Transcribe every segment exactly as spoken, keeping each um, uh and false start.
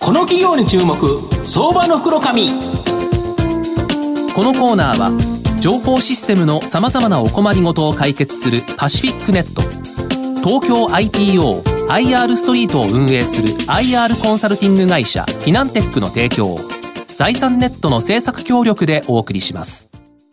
この企業に注目、相場の袋紙。 このコーナーは情報システムのさまざまなお困りごとを解決するパシフィックネット、東京 アイピーオー アイアール ストリートを運営する アイアール コンサルティング会社フィナンテックの提供、財産ネットの制作協力でお送りします。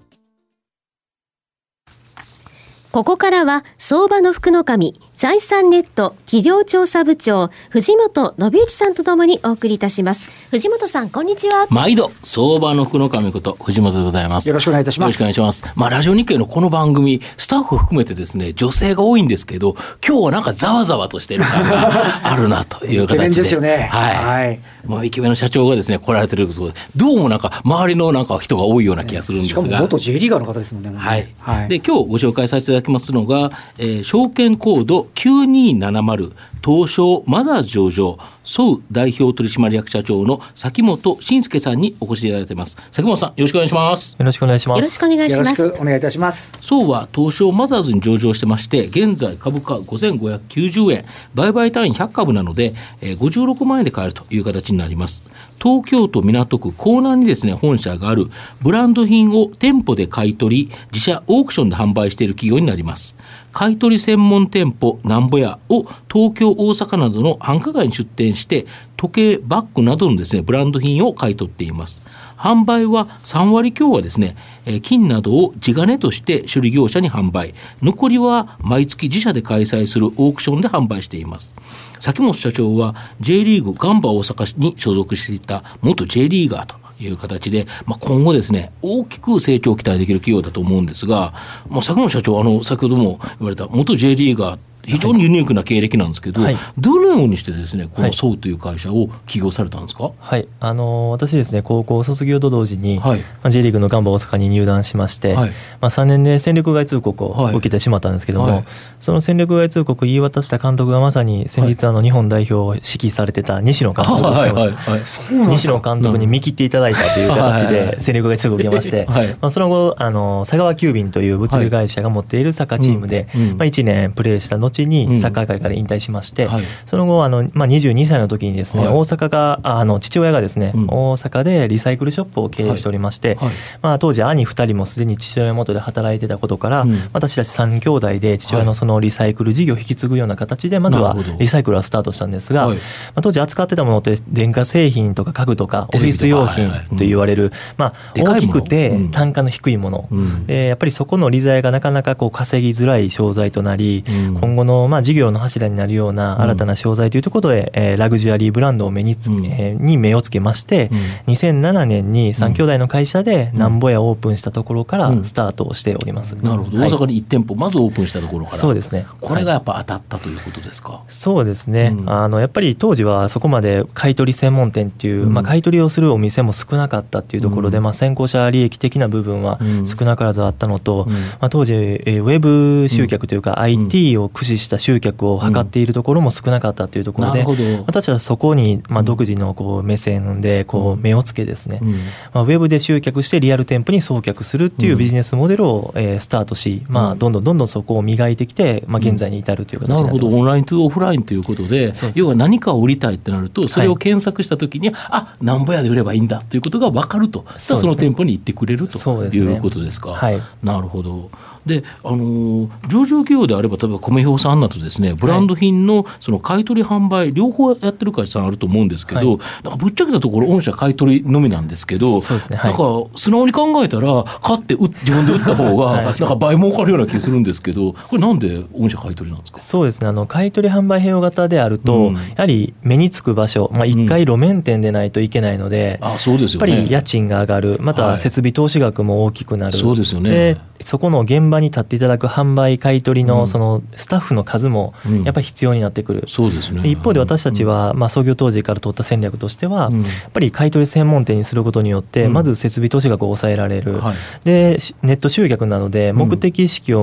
ここからは相場の福の神、財産ネット企業調査部長藤本信之さんとともにお送りいたします。藤本さん、こんにちは。 毎度相場の福の神こと藤本でございます。 よろしくお願いいたします。 よろしくお願いします。まあ、ラジオ日経のこの番組スタッフ含めてですね、女性が多いんですけど、今日はなんかざわざわとしてる感があるなという形でイケメンですよね。 はい、はい、もうイケメンの社長がですね来られてることで、どうもなんか周りのなんか人が多いような気がするんですが、 しかも元 J リーガーの方ですもんね。 はい、 はい、 で今日ご紹介させていただきますのが、えー、証券コードきゅうにーななまる東証マザーズ上場ソウ代表取締役社長の崎本慎介さんにお越しいただいています。崎本さん、よろしくお願いします。 よろしくお願いします。 よろしくお願いします。 よろしくお願いいたします。 ソウは東証マザーズに上場してまして、現在株価ごせんごひゃくきゅうじゅうえん、売買単位ひゃくかぶなので、えー、ごじゅうろくまんえんで買えるという形になります。東京都港区港南にですね本社がある、ブランド品を店舗で買い取り自社オークションで販売している企業になります。買い取り専門店舗なんぼやを東京大阪などの繁華街に出店して、時計バッグなどのですねブランド品を買い取っています。販売はさんわり強はですね、金などを地金として処理業者に販売、残りは毎月自社で開催するオークションで販売しています。崎本社長は J リーグガンバ大阪に所属していた元 J リーガーという形で、まあ、今後ですね大きく成長を期待できる企業だと思うんですが、まあ、崎本社長、あの先ほども言われた元 J リーガー、非常にユニークな経歴なんですけど、はい、どのようにしてですねこのソウという会社を起業されたんですか？ はい、あのー、私ですね、高校卒業と同時に、 はい、 まあ、J リーグのガンバ大阪に入団しまして、はい、まあ、さんねんで戦力外通告を受けてしまったんですけども、はいはい、その戦力外通告を言い渡した監督がまさに先日あの日本代表を指揮されてた西野監督をしてました。西野監督に見切っていただいたという形で戦力外通告を受けまして、はい、まあ、その後あの佐川急便という物流会社が持っているサッカーチームで、はい、うん、まあ、いちねんプレーした後にサッカー界から引退しまして、はい、その後あの、まあ、にじゅうにさいの時にですね、はい、大阪があの父親がですね、うん、大阪でリサイクルショップを経営しておりまして、はいはい、まあ、当時兄ふたりもすでに父親の元で働いてたことから、うん、私たちさん兄弟で父親のそのリサイクル事業を引き継ぐような形でまずはリサイクルはスタートしたんですが、はい、まあ、当時扱ってたものって電化製品とか家具とかオフィス用品と言われる、はいはい、まあ、大きくて単価の低いもの、うん、でやっぱりそこの利材がなかなかこう稼ぎづらい商材となり、うん、今後のまあ事業の柱になるような新たな商材というところで、うん、えー、ラグジュアリーブランドを目につ、うん、えー、に目をつけまして、うん、にせんななねんにさん兄弟の会社でなんぼやオープンしたところからスタートをしております。うん、 なるほど、はい、大阪にいち店舗まずオープンしたところから。 そうですね、 これがやっぱ当たったということですか？はい、 そうですね、うん、あのやっぱり当時はそこまで買い取り専門店っていう、うん、まあ、買い取りをするお店も少なかったっていうところで、うん、まあ、先行者利益的な部分は少なからずあったのと、うん、まあ、当時、えー、ウェブ集客というか、うん、アイティー を駆使した集客を図っているところも少なかったというところで、うん、私はそこにまあ独自のこう目線でこう目をつけですね、うん、まあ、ウェブで集客してリアル店舗に送客するっていうビジネスモデルをえースタートし、まあ、どんどんどんどんそこを磨いてきて、まあ、現在に至るという形になってます。 なるほど、オンラインとオフラインということで、要は何かを売りたいってなるとそれを検索したときに、はい、あ、なんぼやで売ればいいんだということが分かると、そ, その店舗に行ってくれるということですか？はい、なるほど。で、あのー、上場企業であれば例えば米表さんなどですね、ブランド品のその買い取り販売両方やってる会社さんあると思うんですけど、はい、なんかぶっちゃけたところ御社買い取りのみなんですけど、 そうですね、はい、 なんか素直に考えたら買って自分で売った方がなんか倍儲かるような気がするんですけど、これなんで御社買い取りなんですか？ そうですね、あの買い取り販売併用型であると、うん、やはり目につく場所、まあ、いっかい路面店でないといけないので、うん、あ、そうですよね、やっぱり家賃が上がる、また設備投資額も大きくなる、はい、そうですよね。でそこの現場に立っていただく販売買い取りのそのスタッフの数もやっぱり必要になってくる、うん、そうですね。一方で私たちはまあ創業当時から取った戦略としては、うん、やっぱり買い取り専門店にすることによってまず設備投資額を抑えられる、うん、はい、でネット集客なので目的意識を持って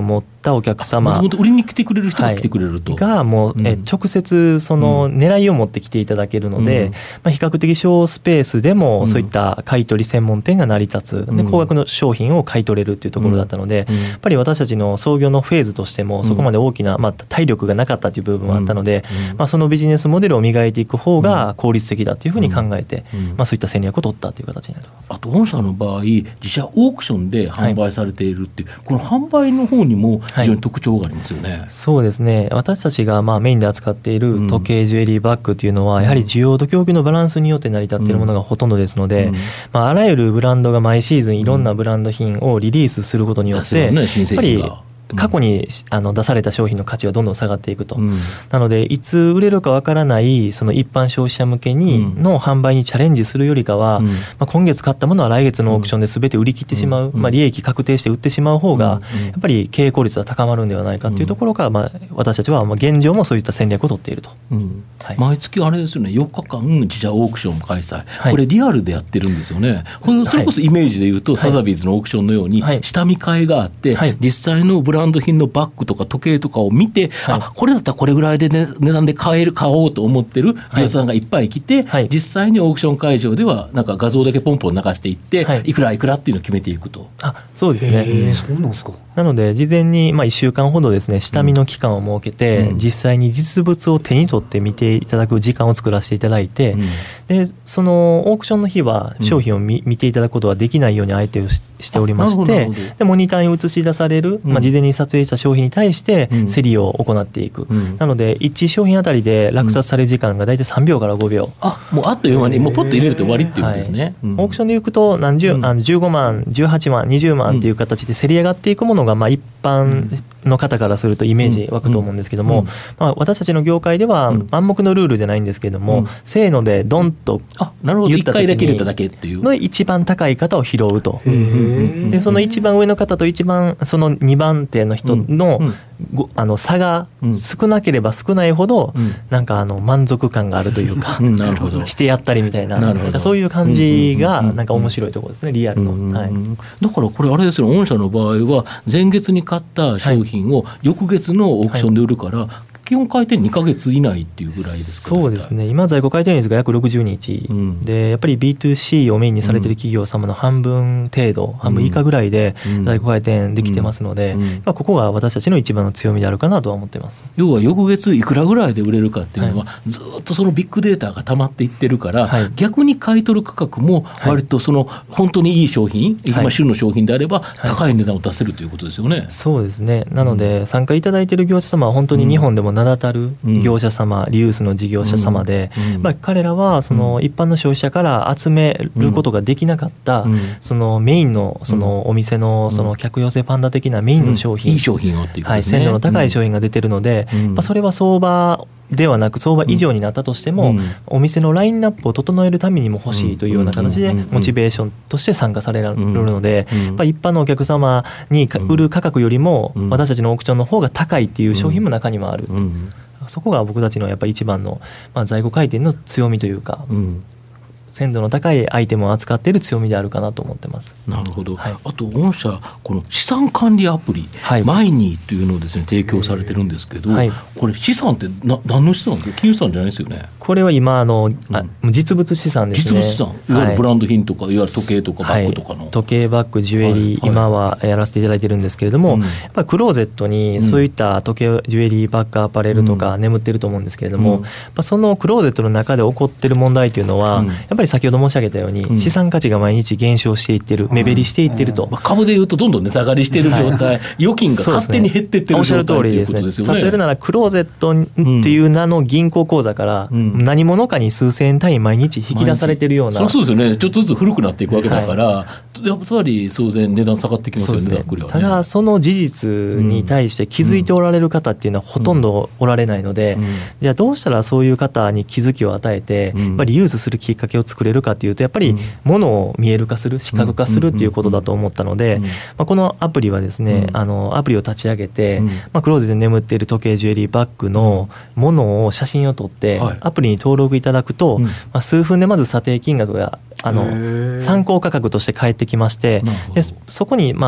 ったお客様、 もともと売りに来てくれる人が来てくれると、 はい、がもう、うん、え直接その狙いを持ってきていただけるので、うんまあ、比較的小スペースでもそういった買い取り専門店が成り立つ、うん、で高額の商品を買い取れるっていうところだったので、うん、やっぱり私たちの創業のフェーズとしてもそこまで大きな、まあ、体力がなかったという部分もあったので、うんまあ、そのビジネスモデルを磨いていく方が効率的だというふうに考えて、うんまあ、そういった戦略を取ったという形になります。 あと御社の場合自社オークションで販売されているっていう、はい、この販売の方にも非常に特徴がありますよね、はい、 そうですね。私たちがまあメインで扱っている時計ジュエリーバッグというのはやはり需要と供給のバランスによって成り立っているものがほとんどですので、うんまあ、あらゆるブランドが毎シーズンいろんなブランド品をリリースすることによって、うんね、やっぱり過去にあの出された商品の価値はどんどん下がっていくと、うん、なのでいつ売れるかわからないその一般消費者向けにの販売にチャレンジするよりかは、うんまあ、今月買ったものは来月のオークションで全て売り切ってしまう、うんまあ、利益確定して売ってしまう方がやっぱり経営効率は高まるんではないかというところから、まあ、私たちはまあ現状もそういった戦略を取っていると、うんはい、毎月あれですよね、よっかかん自社オークション開催、はい、これリアルでやってるんですよね。それこそイメージでいうと、はい、サザビーズのオークションのように下見会があって、はい、実際のブランド品のバッグとか時計とかを見て、はい、あこれだったらこれぐらいで、ね、値段で買える買おうと思ってる業者さんがいっぱい来て、はい、実際にオークション会場ではなんか画像だけポンポン流していって、はい、いくらいくらっていうのを決めていくと。 あそうですね。 へー、そうなんですか。 なので事前にまあいっしゅうかんほどですね下見の期間を設けて、うん、実際に実物を手に取って見ていただく時間を作らせていただいて、うん、でそのオークションの日は商品を 見,、うん、見ていただくことはできないように相手を し, しておりまして、でモニターに映し出される、まあ、事前に撮影した商品に対して競りを行っていく、うん、なのでいち商品あたりで落札される時間が大体さんびょうからごびょう、 あもうあっという間にもうポッと入れると終わりっていうことですね、はいうん、オークションでいくと何十、うん、あのじゅうごまんじゅうはちまんにじゅうまんっていう形で競り上がっていくものがまあ一般の方からするとイメージ湧くと思うんですけども、うんうんまあ、私たちの業界では暗黙のルールじゃないんですけども、うん、せーのでドンと言った時にの一番高い方を拾うと、でその一番上の方と一番そのにばん手の人の、うんごあの差が少なければ少ないほど、うん、なんかあの満足感があるというか、うん、なるほどしてやったりみたい な, な, なそういう感じがなんか面白いところですね、リアルの、うんはい、 だからこれあれですよ、御社の場合は前月に買った商品を翌月のオークションで売るから、はい基本回転にかげつ以内っていうぐらいですか。 そうですね、今在庫回転率が約ろくじゅうにち、うん、でやっぱり ビーツーシー をメインにされている企業様の半分程度、うん、半分以下ぐらいで在庫回転できてますので、うんうんまあ、ここが私たちの一番の強みであるかなとは思っています。 要は翌月いくらぐらいで売れるかっていうのは、はい、ずっとそのビッグデータが溜まっていってるから、はい、逆に買い取る価格も割とその本当にいい商品、はい、今旬の商品であれば高い値段を出せるということですよね、はい、 そうですね。なので参加いただいている業者様は本当に日本でも名だたる、うん業者様、リユースの事業者様で、うんまあ、彼らはその一般の消費者から集めることができなかった、うん、そのメインのそのお店のその客寄せパンダ的なメインの商品、 うん、いい商品をっていうことですね、 はい、鮮度の高い商品が出てるので、うんまあ、それは相場ではなく相場以上になったとしても、うん、お店のラインナップを整えるためにも欲しいというような形でモチベーションとして参加されるので、やっぱ一般のお客様に売る価格よりも私たちのオークションの方が高いっていう商品も中にはある、うんうんそこが僕たちのやっぱり一番の、まあ、在庫回転の強みというか、うん、鮮度の高いアイテムを扱っている強みであるかなと思ってます。 なるほど、はい、あと御社この資産管理アプリ、はい、マイニーというのをですね提供されてるんですけど、はい、これ資産ってな何の資産ですか？金融資産じゃないですよね。 これは今あの、うん、あ実物資産ですね。 実物資産、いわゆるブランド品とか、はい、いわゆる時計とかバッグとかの、 はい、時計バッグジュエリー、はいはい、今はやらせていただいてるんですけれども、うん、やっぱりクローゼットにそういった時計ジュエリーバッグアパレルとか眠ってると思うんですけれども、うん、やっぱそのクローゼットの中で起こってる問題というのは、うん、やっぱり先ほど申し上げたように、うん、資産価値が毎日減少していってる、目減りしていってると、 うんまあ、株でいうとどんどん値下がりしている状態、はい、預金が勝手に減っていってる状態ということですよね。 例えるならクローゼットっていう名の銀行口座から何者かに数千円単位毎日引き出されてるような、 そうですよね。ちょっとずつ古くなっていくわけだから、はい、やっぱり当然値段下がってきますよね。ねただその事実に対して気づいておられる方っていうのはほとんどおられないので、うんうん、じゃあどうしたらそういう方に気づきを与えて、うん、やっぱりリユースするきっかけを作れるかというと、やっぱり物を見える化する、視覚化するっていうことだと思ったので、まあ、このアプリはですね、うん、あのアプリを立ち上げて、うんまあ、クローゼットに眠っている時計ジュエリーバッグのものを写真を撮って、はい、アプリに登録いただくと、うんまあ、数分でまず査定金額があの参考価格として返ってきまして、でそこにまあ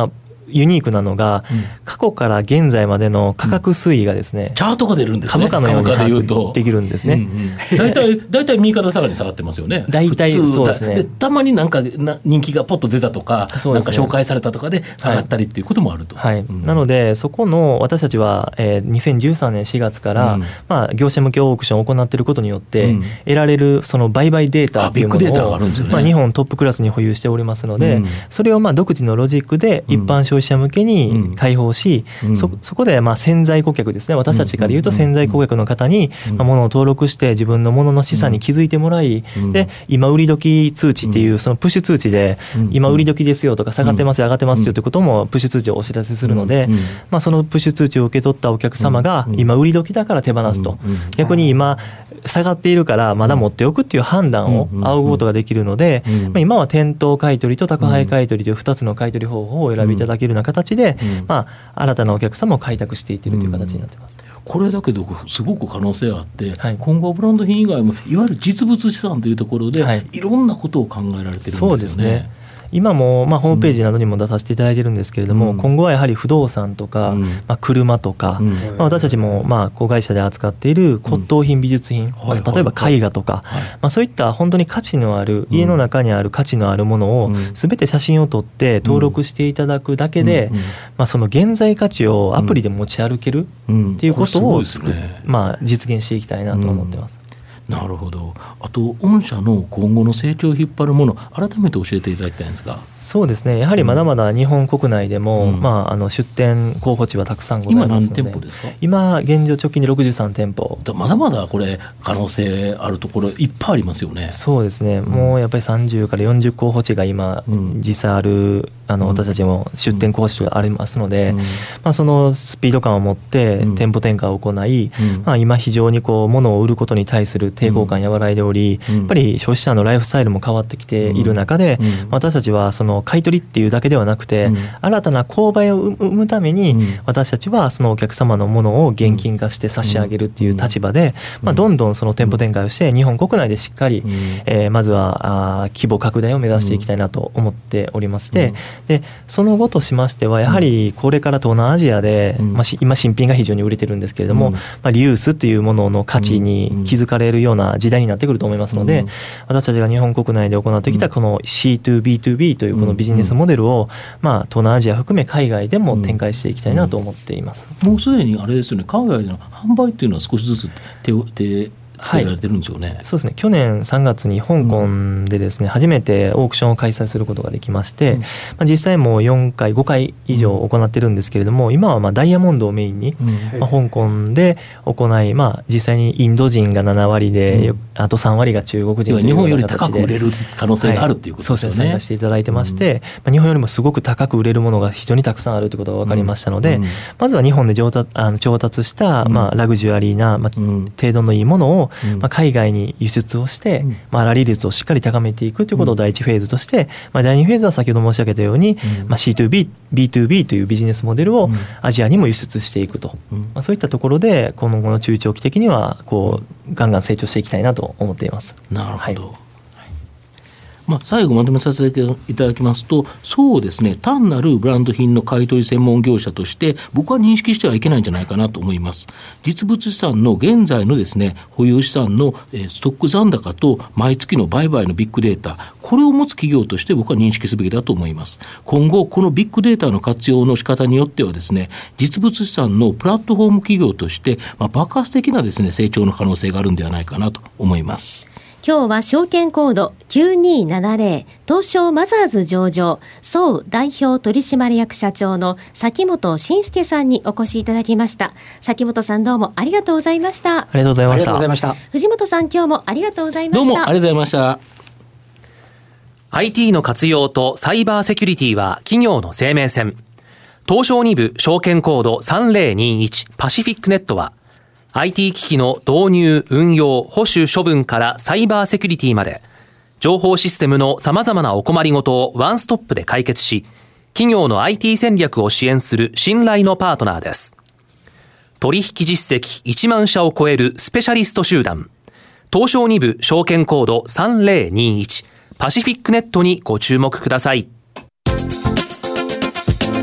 ユニークなのが、うん、過去から現在までの価格推移がですね、 うん、チャートが出るんですね。 株価のように把握できるんですね。 大体大体右肩下がりに下がってますよね。 大体そうですね。 でたまになんかな人気がポッと出たとか、ね、なんか紹介されたとかで上がったりっていうこともあると。 はい、はいうん、なのでそこの私たちは、えー、にせんじゅうさんねんしがつから、うんまあ、業者向けオークションを行っていることによって、うん、得られるその売買データというものを、ねまあ、日本トップクラスに保有しておりますので、うん、それをまあ独自のロジックで一般消費者向けに開放し、うん、そ, そこでまあ潜在顧客ですね、私たちから言うと潜在顧客の方にまあ物を登録して自分の物の資産に気づいてもらい、うん、で今売り時通知っていうそのプッシュ通知で今売り時ですよとか下がってますよ上がってますよということもプッシュ通知をお知らせするので、まあ、そのプッシュ通知を受け取ったお客様が今売り時だから手放すと、逆に今下がっているからまだ持っておくっていう判断を仰ぐことができるので、まあ、今は店頭買取と宅配買取というふたつの買取方法をお選びいただけるような形で、まあ、新たなお客様を開拓していっているという形になっています。 これだけどすごく可能性があって、はい、今後ブランド品以外もいわゆる実物資産というところで、はい、いろんなことを考えられてるんですよね。 そうですね。今もまあホームページなどにも出させていただいてるんですけれども、うん、今後はやはり不動産とか、うんまあ、車とか、うんまあ、私たちもまあ子会社で扱っている骨董品美術品、うんまあ、例えば絵画とか、はいまあ、そういった本当に価値のある、家の中にある価値のあるものをすべて写真を撮って登録していただくだけで、うんまあ、その現在価値をアプリで持ち歩けるっていうことを作、ねまあ、実現していきたいなと思ってます。 なるほど。あと御社の今後の成長を引っ張るもの改めて教えていただきたいんですが。 そうですね、やはりまだまだ日本国内でも、うんまあ、あの出店候補地はたくさんございますので。 今何店舗ですか？ 今現状直近でろくじゅうさんてんぽ。 まだまだこれ可能性あるところいっぱいありますよね。 そうですね、うん、もうやっぱりさんじゅうからよんじゅう候補地が今、うん、実際あるあの私たちも出店候補地がありますので、うんまあ、そのスピード感を持って店舗展開を行い、うんまあ、今非常にこう物を売ることに対する抵抗感和らいでおり、うん、やっぱり消費者のライフスタイルも変わってきている中で、うんうん、私たちはその買い取りっていうだけではなくて、うん、新たな購買を生むために、うん、私たちはそのお客様のものを現金化して差し上げるっていう立場で、うんまあ、どんどんその店舗展開をして日本国内でしっかり、うんえー、まずはあ規模拡大を目指していきたいなと思っておりまして、うん、でその後としましてはやはりこれから東南アジアで、うんまあ、今新品が非常に売れてるんですけれども、うんまあ、リユースというものの価値に気づかれるような時代になってくると思いますので、うん、私たちが日本国内で行ってきたこの シーツービーツービー というこのビジネスモデルを、まあ、東南アジア含め海外でも展開していきたいなと思っています。 もうすでにあれですよね、海外での販売っていうのは少しずつ手を手作られてるんですよね。 はい、そうですね。去年さんがつに香港でですね、うん、初めてオークションを開催することができまして、うんまあ、実際もうよんかいごかい以上行ってるんですけれども、今はまあダイヤモンドをメインに、うんまあ、香港で行い、まあ、実際にインド人がななわりで、うん、あとさんわりが中国人という日本より高く売れる可能性があるっていうことですよね。 はい、そうですね。参加していただいてまして、うんまあ、日本よりもすごく高く売れるものが非常にたくさんあるということが分かりましたので、うんうん、まずは日本で調達、あの調達した、まあ、ラグジュアリーな、まあ、程度のいいものを、うんまあ、海外に輸出をして、うんまあ、粗利率をしっかり高めていくということを第一フェーズとして、まあ、第二フェーズは先ほど申し上げたように、うんまあ、シーツービー、ビーツービー というビジネスモデルをアジアにも輸出していくと、うんまあ、そういったところで今後の中長期的にはこうガンガン成長していきたいなと思っています。 なるほど。はいまあ、最後まとめさせていただきますと、そうですね、単なるブランド品の買い取り専門業者として僕は認識してはいけないんじゃないかなと思います。実物資産の現在のですね、保有資産のストック残高と毎月の売買のビッグデータ、これを持つ企業として僕は認識すべきだと思います。今後このビッグデータの活用の仕方によってはですね、実物資産のプラットフォーム企業として、まあ、爆発的なですね、成長の可能性があるんではないかなと思います。 今日は証券コードきゅうにーななぜろ東証マザーズ上場総代表取締役社長の崎本慎介さんにお越しいただきました。崎本さんどうもありがとうございました。 ありがとうございました。ありがとうございました。 藤本さん今日もありがとうございました。 どうもありがとうございました。 アイティー の活用とサイバーセキュリティは企業の生命線。東証に部証券コードさんぜろにいちパシフィックネットはアイティー 機器の導入、運用、保守、処分からサイバーセキュリティまで、情報システムの様々なお困りごとをワンストップで解決し、企業の アイティー 戦略を支援する信頼のパートナーです。取引実績いちまんしゃを超えるスペシャリスト集団、東証に部証券コードさんぜろにいちパシフィックネットにご注目ください。 この企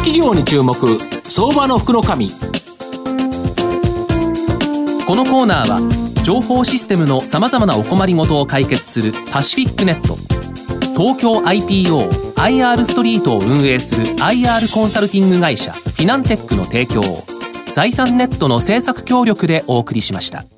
企業に注目、相場の福の神。 このコーナーは情報システムのさまざまなお困りごとを解決するパシフィックネット、東京 アイピーオー アイアール ストリートを運営する アイアール コンサルティング会社フィナンテックの提供を財産ネットの制作協力でお送りしました。